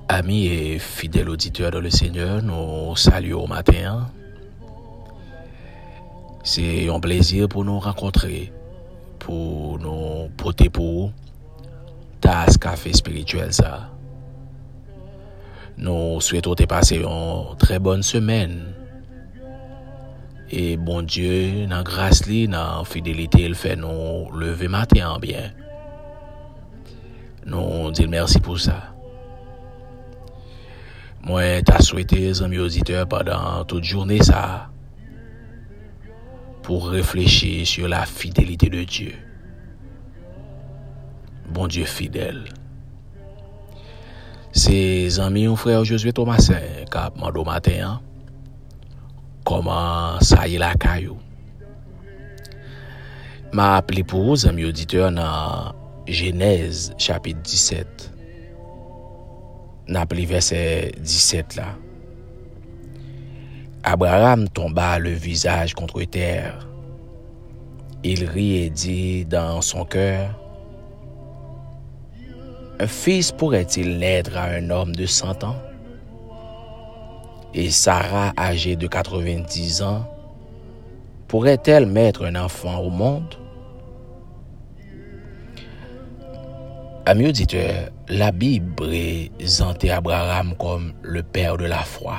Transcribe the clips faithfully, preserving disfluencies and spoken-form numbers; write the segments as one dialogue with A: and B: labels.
A: Amis et fidèles auditeurs de le Seigneur, nous saluons au matin. C'est un plaisir pour nous rencontrer, pour nous porter pour tasse café spirituel ça. Nous souhaitons te passer une très bonne semaine. Et bon Dieu, dans grâce li, dans fidélité, il fait nous lever matin bien. Nous disons merci pour ça. Moi, t'as souhaité, amis auditeurs, pendant toute journée ça, pour réfléchir sur la fidélité de Dieu. Bon Dieu fidèle. C'est amis, mon frère Josué Thomasin, qui a demandé au matin, comment ça y est la caillou. M'a appelé pour vous, amis auditeurs, dans Genèse, chapitre dix-sept. N'a pris verset dix-sept là. Abraham tomba le visage contre terre. Il rit et dit dans son cœur: un fils pourrait-il naître à un homme de cent ans? Et Sarah, âgée de quatre-vingt-dix ans, pourrait-elle mettre un enfant au monde? Amis auditeurs, la Bible présente Abraham comme le père de la foi.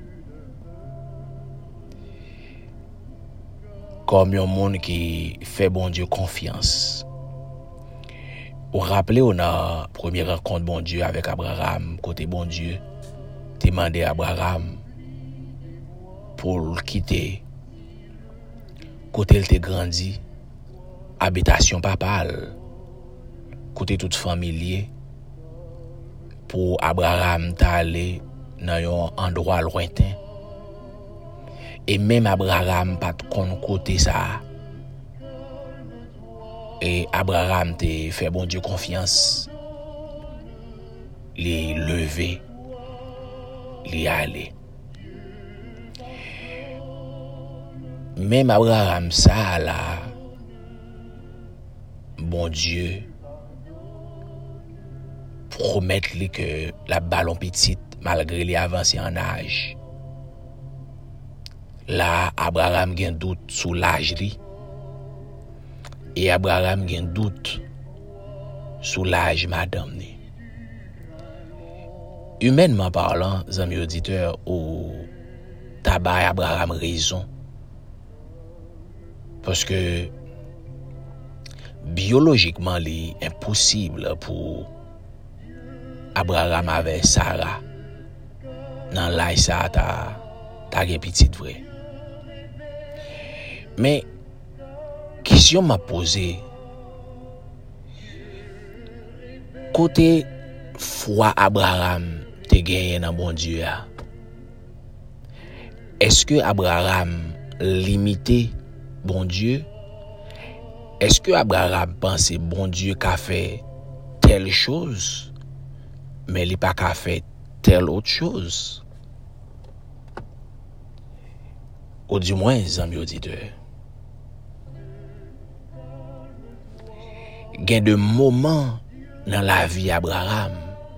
A: Comme un monde qui fait bon Dieu confiance. Vous rappelez, on a la première rencontre bon Dieu avec Abraham, côté bon Dieu, demandé à Abraham pour le quitter, côté il était grandi, habitation papale, côté toute famille, pour Abraham d'aller dans un endroit lointain. Et même Abraham pas de côté ça. Et Abraham te fait bon Dieu confiance. Les lever, les aller. Même Abraham ça là, bon Dieu promettre lui que la ballon petite malgré les avancées en âge. Là Abraham gen doute sous l'âge li. Et Abraham gen doute sous l'âge madame ni. Humainement parlant, amis auditeurs, ou tabac Abraham raison. Parce que biologiquement, il est impossible pour Abraham avec Sarah. Dans l'âge ça ta ta gen petite vrai. Mais question m'a posé côté foi Abraham te gagné dans bon Dieu. Est-ce que Abraham limité bon Dieu? Est-ce que Abraham pensait bon Dieu qu'a fait telle chose mais il pas qu'a fait telle autre chose? Ou du moins, amis auditeurs, il y a des moments dans la vie d'Abraham,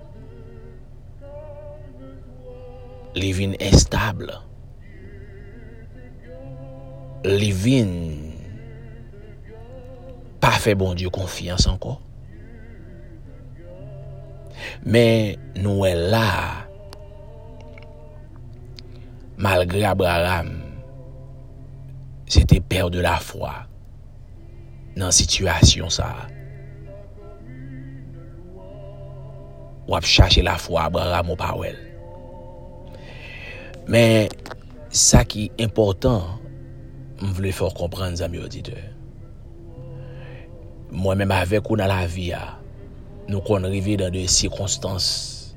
A: il vient instable, il vient pas fait bon Dieu confiance encore. Mais nous est là, malgré Abraham, c'était père de la foi dans la situation ça. Ou a chercher la foi Abraham ou pas wel. Mais ça qui est important, je voulais faire comprendre amis auditeurs. Moi-même avec ou dans la vie, nous qu'on arrive dans des circonstances.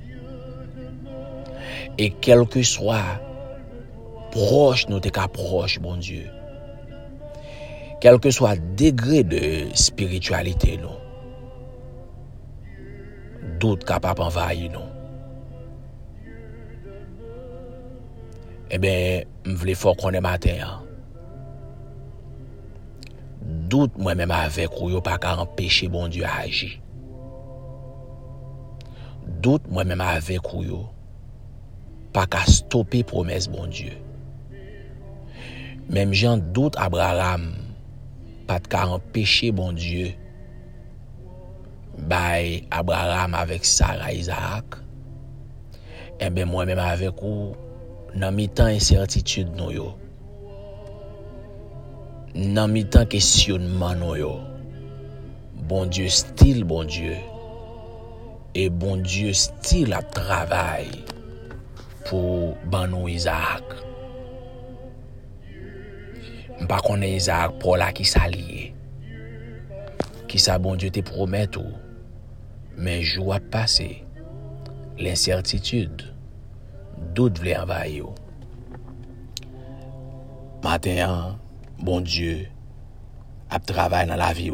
A: Et quel que soit proche nous t'es qu'à proche bon Dieu. Quel que soit degré de spiritualité nous. Doute capable envahir nous. Eh bien, je voulais fort qu'on est matin. Doute moi-même avec ou yo pas qu'à empêcher bon Dieu à agir. Doute moi-même avec ou yo, pas qu'à stopper promesse bon Dieu. Même Jean doute Abraham, pas qu'à empêcher bon Dieu, bay Abraham avec Sarah Isaac. Et bien moi-même avec ou, dans mi-temps incertitude nous yo, dans mi-temps questionnement nous yo, bon Dieu style bon Dieu, et bon Dieu style à travail pour ban nous Isaac. M'pa connaît Isaac pour la qui s'allié. Qui ça bon Dieu te promet tout. Mais jour a passé. L'incertitude, doute vle envahir. Matin, bon Dieu a travaillé dans la vie.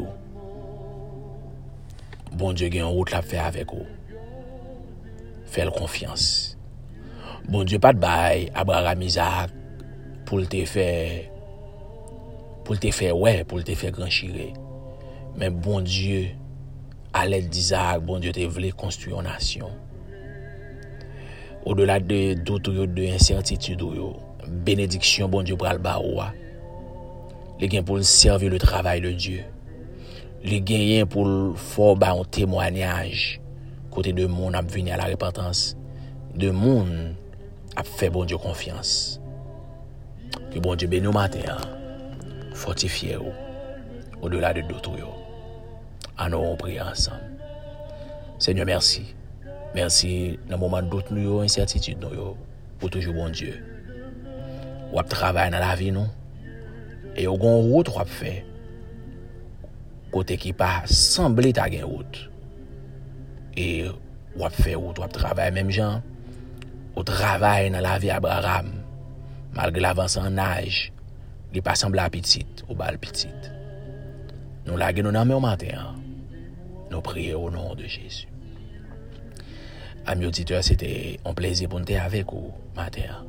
A: Bon Dieu gen route la faire avec vous. Fais confiance. Bon Dieu pas de bail Abraham Isaac pour te faire pour te faire ouais, pour te faire grand chiré. Mais bon Dieu à l'aide d'Isaac, bon Dieu te voulait construire une nation. Au-delà de d'autres de incertitude yo, bénédiction bon Dieu pral ba ou. Les gain pour servir le travail de Dieu. Les gain pour faire ba un témoignage côté de monde a venir à la repentance. De monde a fait bon Dieu confiance. Que bon Dieu bénisse matin. Fortifiez vous au-delà de d'autres yo. Allons prier ensemble. Seigneur, merci. Merci dans le moment d'autres nous incertitude nous yo pour toujours bon Dieu. Ou ap travail dans la vie nous et au gon route ou ap fait côté qui pas semblé ta gen route. Et ou ap fait route ou ap travail même gens au travail dans la vie Abraham malgré l'avance en âge, il pas semblé petite ou bal petite. Nous la gen nous nan au matin. Nous prions au nom de Jésus. Amis auditeurs, c'était un plaisir pour nous être avec vous matin.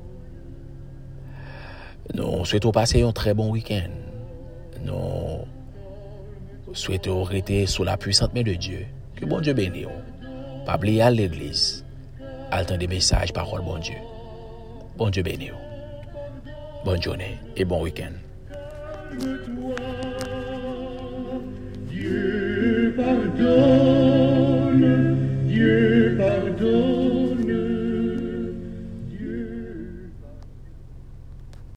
A: Nous souhaitons passer un très bon week-end. Nous souhaitons rester sous la puissante main de Dieu. Que bon Dieu bénisse. Pas oublier à l'église. Attendre des messages, paroles, bon Dieu. Bon Dieu bénisse. Bonne journée et bon week-end.